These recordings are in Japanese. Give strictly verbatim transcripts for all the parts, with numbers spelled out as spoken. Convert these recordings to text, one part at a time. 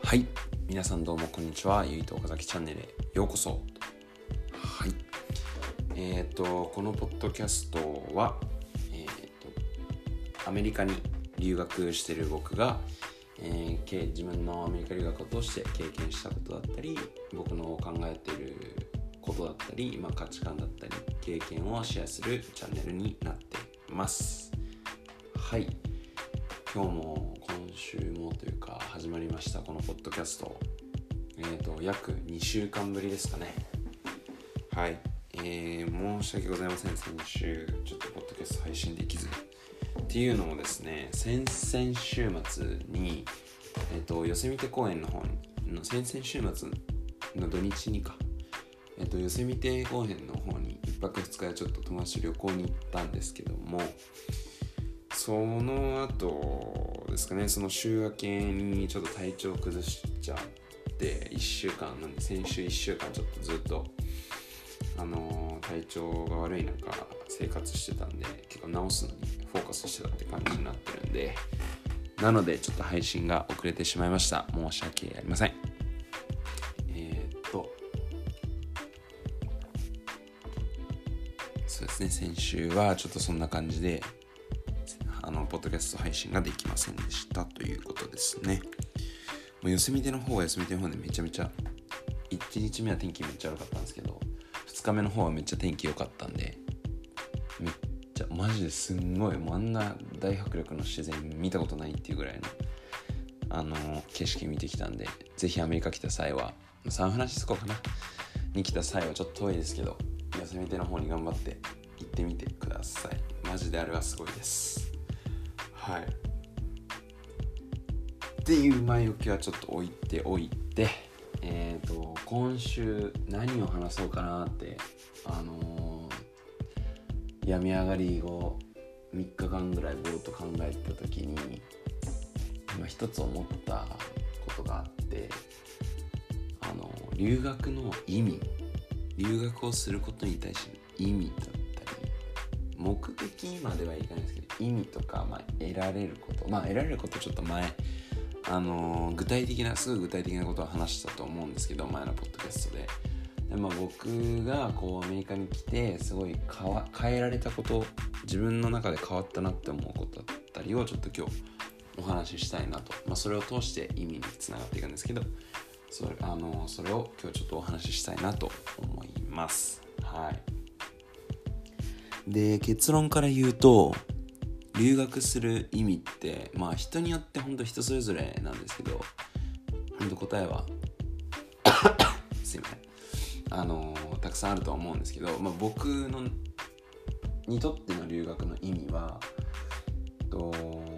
はい、皆さんどうもこんにちは。ゆいと岡崎チャンネルへようこそ。はい、えっ、ー、とこのポッドキャストは、えー、とアメリカに留学している僕が、えー、自分のアメリカ留学を通して経験したことだったり、僕の考えていることだったり、まあ、価値観だったり経験をシェアするチャンネルになっています。はい、今日も今週もというか始まりましたこのポッドキャスト。えーと約にしゅうかんぶりですかね。はい、えー、申し訳ございません。先週ちょっとポッドキャスト配信できずっていうのもですね、先々週末にえーとヨセミテ公園の方にの先々週末の土日にかえーとヨセミテ公園の方にいっぱくふつかでちょっと友達と旅行に行ったんですけども、その後ですかね、その週明けにちょっと体調を崩しちゃっていっしゅうかんなんで、先週いっしゅうかんちょっとずっとあのー、体調が悪い中生活してたんで、結構治すのにフォーカスしてたって感じになってるんで、なのでちょっと配信が遅れてしまいました。申し訳ありません。えー、っとそうですね、先週はちょっとそんな感じであのポッドキャスト配信ができませんでしたということですね。もうヨセミテの方はヨセミテの方でめちゃめちゃいちにちめは天気めっちゃ悪かったんですけど、ふつかめの方はめっちゃ天気良かったんで、めっちゃマジですんごい、もうあんな大迫力の自然見たことないっていうぐらいのあの景色見てきたんで、ぜひアメリカ来た際はサンフランシスコかなに来た際はちょっと遠いですけど、ヨセミテの方に頑張って行ってみてください。マジであれはすごいです。はい、っていう前置きはちょっと置いておいて、えーと今週何を話そうかなってあのー、病み上がり後みっかかんぐらいぼーっと考えた時に今一つ思ったことがあって、あの留学の意味、留学をすることに対しての意味だったり、目的まではいかないですけど意味とか、まあ、得られることまあ得られることちょっと前あのー、具体的なすぐ具体的なことを話したと思うんですけど、前のポッドキャストでで、まあ、僕がこうアメリカに来てすごい変わ変えられたこと、自分の中で変わったなって思うことだったりをちょっと今日お話ししたいなと、まあ、それを通して意味につながっていくんですけど、それ、あのー、それを今日ちょっとお話ししたいなと思います。はい。で、結論から言うと、留学する意味ってまあ人によって本当人それぞれなんですけど、本当答えはすいませんあのー、たくさんあるとは思うんですけど、まあ、僕のにとっての留学の意味はと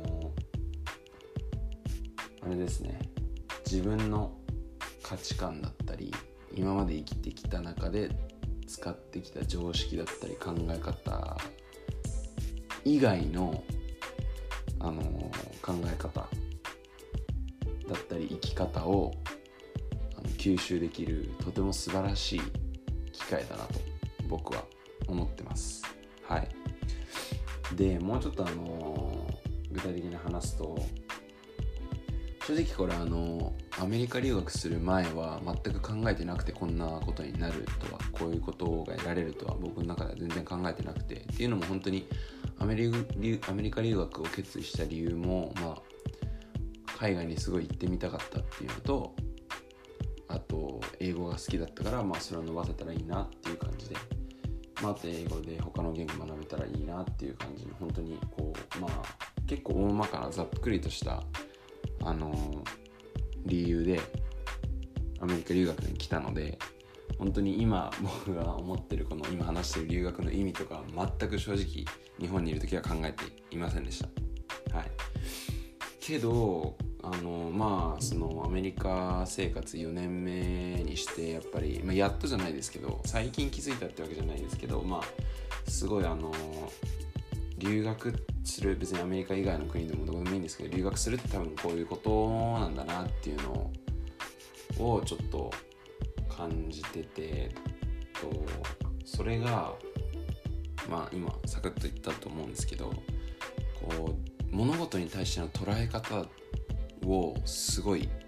あれですね、自分の価値観だったり今まで生きてきた中で使ってきた常識だったり考え方以外の、あのー、考え方だったり生き方をあの吸収できるとても素晴らしい機会だなと僕は思ってます。はい。で、もうちょっと、あのー、具体的に話すと、正直これあのアメリカ留学する前は全く考えてなくて、こんなことになるとは、こういうことが得られるとは僕の中では全然考えてなくて、っていうのも本当にアメリアメリカ留学を決意した理由も、まあ、海外にすごい行ってみたかったっていうのと、あと英語が好きだったから、まあ、それを伸ばせたらいいなっていう感じで、まあ、あと英語で他の言語学べたらいいなっていう感じの、本当にこう、まあ、結構大まかなざっくりとしたあのー、理由でアメリカ留学に来たので、本当に今僕が思ってるこの今話してる留学の意味とか全く正直日本にいる時は考えていませんでした。はい。けどあのまあそのアメリカ生活よねんめにしてやっぱり、まあ、やっとじゃないですけど最近気づいたってわけじゃないですけど、まあすごいあの留学する、別にアメリカ以外の国でもどこでもいいんですけど、留学するって多分こういうことなんだなっていうのをちょっと感じてて、とそれがまあ今サクッと言ったと思うんですけど、こう物事に対しての捉え方をすごい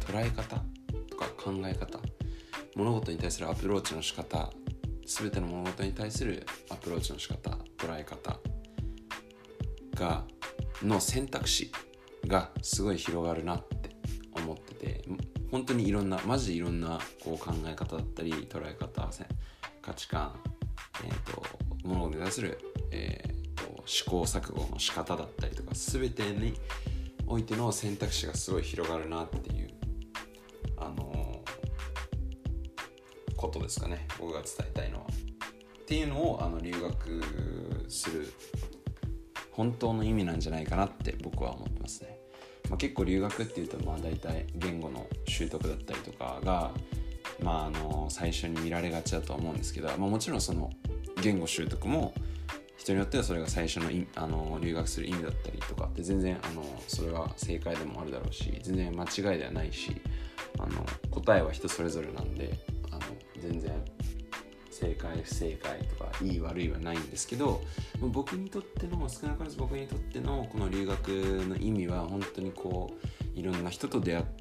捉え方とか考え方、物事に対するアプローチの仕方、全ての物事に対するアプローチの仕方、捉え方がの選択肢がすごい広がるなって思ってて、本当にいろんなマジでいろんなこう考え方だったり捉え方、価値観、えーと、物事に対する、えーと、試行錯誤の仕方だったりとか、全てにおいての選択肢がすごい広がるなっていう、あのー、ことですかね、僕が伝えたいのは。っていうのをあの留学する本当の意味なんじゃないかなって僕は思ってますね。まあ、結構留学っていうとまあ大体言語の習得だったりとかが、まあ、あの最初に見られがちだとは思うんですけど、まあ、もちろんその言語習得も人によってはそれが最初の、あの留学する意味だったりとかって全然あのそれは正解でもあるだろうし、全然間違いではないし、あの答えは人それぞれなんで、あの全然正解不正解とかいい悪いはないんですけど、僕にとっての少なからず僕にとってのこの留学の意味は本当にこういろんな人と出会って、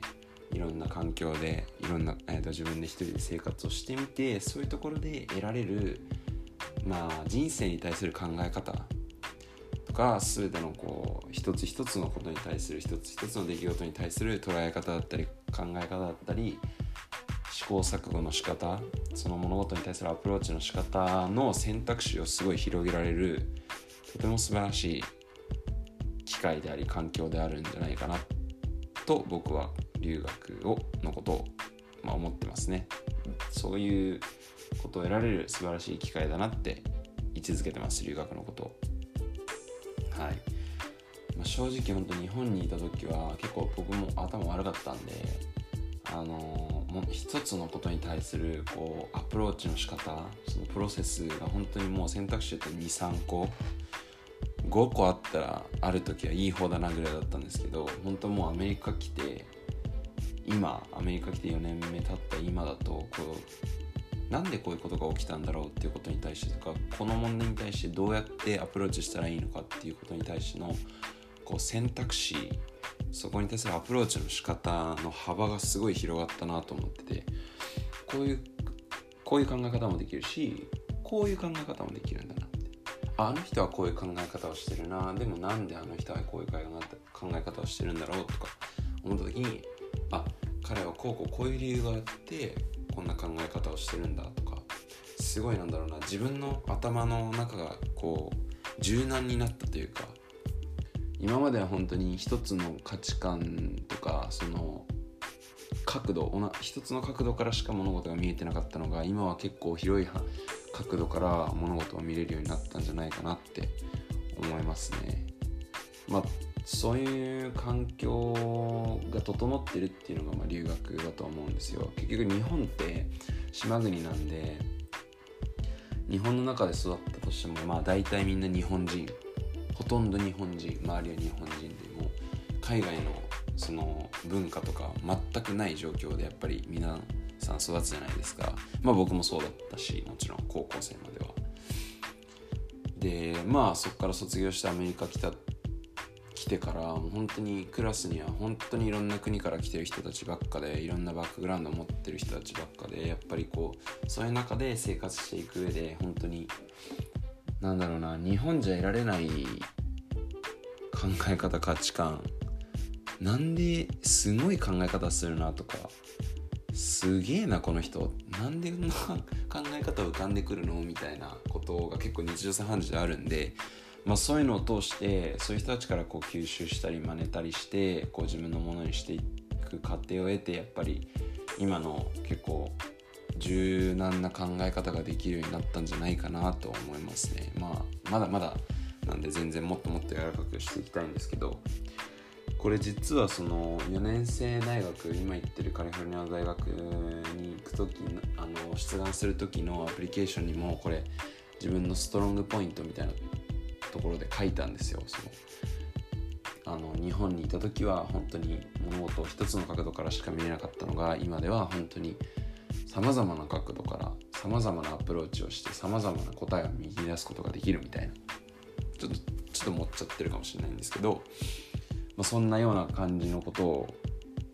いろんな環境でいろんな、えー、と自分で一人で生活をしてみて、そういうところで得られる、まあ、人生に対する考え方とか、全てのこう一つ一つのことに対する一つ一つの出来事に対する捉え方だったり考え方だったり試行錯誤の仕方、その物事に対するアプローチの仕方の選択肢をすごい広げられる、とても素晴らしい機会であり環境であるんじゃないかなと僕は留学をのことを、まあ、思ってますね。そういうことを得られる素晴らしい機会だなって位置づけてます、留学のことを。はい、まあ、正直本当日本にいた時は結構僕も頭悪かったんで、あのー、もう一つのことに対するこうアプローチの仕方、そのプロセスが本当にもう選択肢でにさんこごこあったらある時はいい方だなぐらいだったんですけど、本当もうアメリカ来て今アメリカ来てよねんめ経った今だと、こうなんでこういうことが起きたんだろうっていうことに対してとか、この問題に対してどうやってアプローチしたらいいのかっていうことに対してのこう選択肢、そこに対するアプローチの仕方の幅がすごい広がったなと思ってて、こういうこういう考え方もできるし、こういう考え方もできるんだなって、あの人はこういう考え方をしてるな、でもなんであの人はこういう考え方をしてるんだろうとか思った時に、あ、彼はこうこうこういう理由があってこんな考え方をしてるんだとか、すごいなんだろうな、自分の頭の中がこう柔軟になったというか、今までは本当に一つの価値観とかその角度、一つの角度からしか物事が見えてなかったのが、今は結構広い角度から物事を見れるようになったんじゃないかなって思いますね。まあそういう環境が整ってるっていうのがまあ留学だと思うんですよ。結局日本って島国なんで、日本の中で育ったとしてもまあ大体みんな日本人、ほとんど日本人、周りは日本人で、もう海外のその文化とか全くない状況でやっぱり皆さん育つじゃないですか。まあ僕もそうだったし、もちろん高校生までは。でまあそこから卒業してアメリカ来た来てからもう本当にクラスには本当にいろんな国から来てる人たちばっかで、いろんなバックグラウンドを持ってる人たちばっかで、やっぱりこうそういう中で生活していく上で本当になんだろうな、日本じゃ得られない考え方、価値観、なんですごい考え方するなとか、すげえなこの人、なんでこんな考え方浮かんでくるのみたいなことが結構日常茶飯事であるんで、まあ、そういうのを通してそういう人たちからこう吸収したり真似たりしてこう自分のものにしていく過程を得て、やっぱり今の結構柔軟な考え方ができるようになったんじゃないかなと思いますね。まあまだまだなんで全然もっともっと柔らかくしていきたいんですけど、これ実はそのよねん生大学、今行ってるカリフォルニアの大学に行くとき、あの出願する時のアプリケーションにもこれ自分のストロングポイントみたいなところで書いたんですよ。そのあの日本にいた時は本当に物事を一つの角度からしか見れなかったのが、今では本当にさまざまな角度からさまざまなアプローチをしてさまざまな答えを見出すことができるみたいな、ちょっとちょっと持っちゃってるかもしれないんですけど、まあ、そんなような感じのことを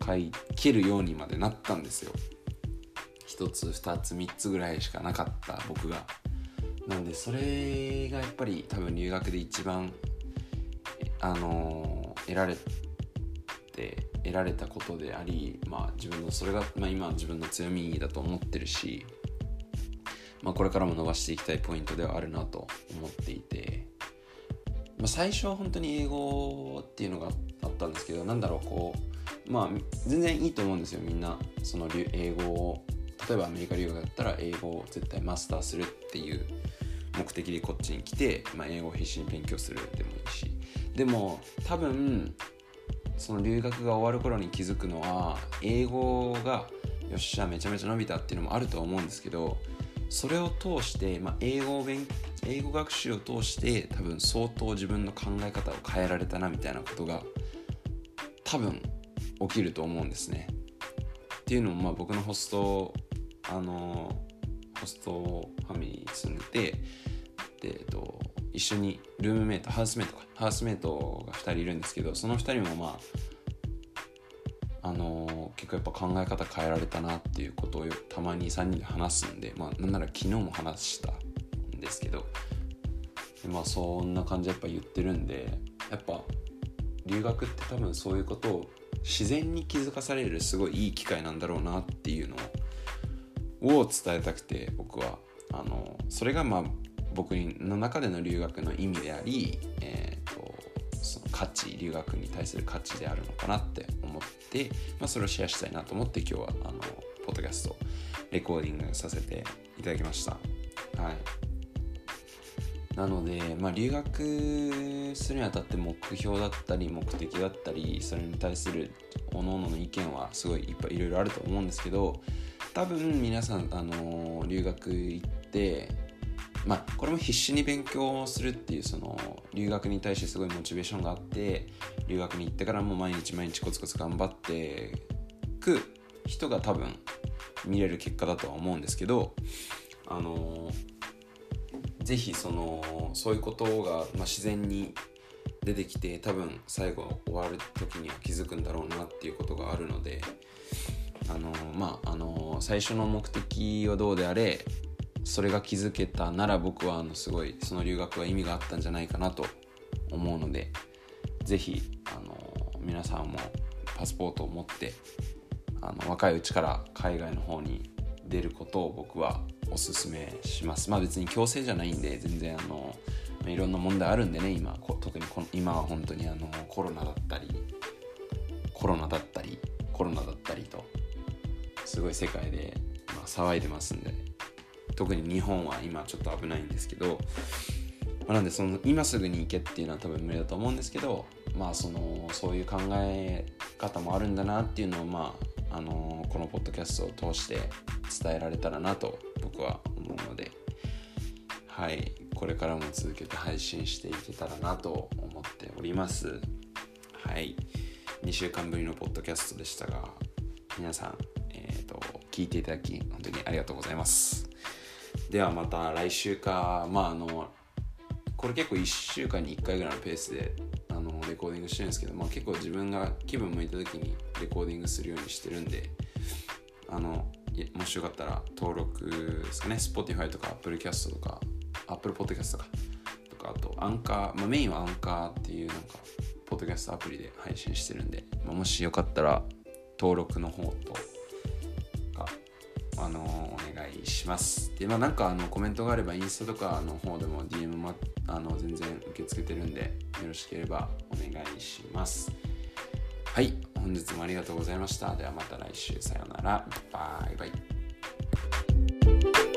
書けるようにまでなったんですよ。一つ二つ三つぐらいしかなかった僕が。なんでそれがやっぱり多分留学で一番あのー、得られて得られたことであり、まあ自分のそれが、まあ、今自分の強みだと思ってるし、まあ、これからも伸ばしていきたいポイントではあるなと思っていて、まあ、最初は本当に英語っていうのがあったんですけど、なんだろうこうまあ全然いいと思うんですよ。みんなその英語を例えばアメリカ留学だったら英語を絶対マスターするっていう目的でこっちに来て、まあ、英語を必死に勉強するでもいいし、でも多分その留学が終わる頃に気づくのは英語がよっしゃめちゃめちゃ伸びたっていうのもあると思うんですけど、それを通して、まあ、英語を勉英語学習を通して多分相当自分の考え方を変えられたなみたいなことが多分起きると思うんですね。っていうのもまあ僕のホストあのホストファミリーに住んでて、で、えっと、一緒にルームメイトハウスメイトかハウスメイトがふたりいるんですけど、そのふたりもまああの結構やっぱ考え方変えられたなっていうことをたまにさんにんで話すんで、まあなんなら昨日も話したんですけど、でまあそんな感じでやっぱ言ってるんで、やっぱ留学って多分そういうことを自然に気づかされるすごいいい機会なんだろうなっていうのを伝えたくて、僕はあのそれがまあ僕の中での留学の意味であり、えー、とその価値留学に対する価値であるのかなって思って、まあ、それをシェアしたいなと思って今日はあのポッドキャストレコーディングさせていただきました。はい。なので、まあ、留学するにあたって目標だったり目的だったりそれに対する各々の意見はすごいいっぱいいろいろあると思うんですけど、多分皆さん、あのー、留学行ってまあこれも必死に勉強するっていうその留学に対してすごいモチベーションがあって留学に行ってからも毎日毎日コツコツ頑張ってく人が多分見れる結果だとは思うんですけど、あのー、ぜひそのそういうことが、まあ、自然に出てきて多分最後終わる時には気づくんだろうなっていうことがあるので、あのー、まああのー、最初の目的はどうであれそれが気づけたなら僕はあのすごいその留学は意味があったんじゃないかなと思うので、ぜひあの皆さんもパスポートを持ってあの若いうちから海外の方に出ることを僕はお勧めします。まあ別に強制じゃないんで全然あのいろんな問題あるんでね、今特にこの今は本当にあのコロナだったりコロナだったりコロナだったりとすごい世界で、まあ、騒いでますんで、特に日本は今ちょっと危ないんですけど、まあ、なんでその今すぐに行けっていうのは多分無理だと思うんですけど、まあそのそういう考え方もあるんだなっていうのを、まああのこのポッドキャストを通して伝えられたらなと僕は思うので、はい、これからも続けて配信していけたらなと思っております。はい、にしゅうかんぶりのポッドキャストでしたが、皆さん、えーと、聞いていただき本当にありがとうございます。ではまた来週か、まああのこれ結構いっしゅうかんにいっかいぐらいのペースであのレコーディングしてるんですけど、まあ、結構自分が気分向いた時にレコーディングするようにしてるんで、あのもしよかったら登録ですかね、 Spotify とか Apple Cast とか Apple Podcast とかとかあとアンカー、まあ、メインはアンカーっていうなんかポッドキャストアプリで配信してるんで、まあ、もしよかったら登録の方とかあのお願いします。で、まあなんかあのコメントがあればインスタとかの方でも ディーエム もあの全然受け付けてるんで、よろしければお願いします。はい、本日もありがとうございました。ではまた来週、さようなら、バイバイ。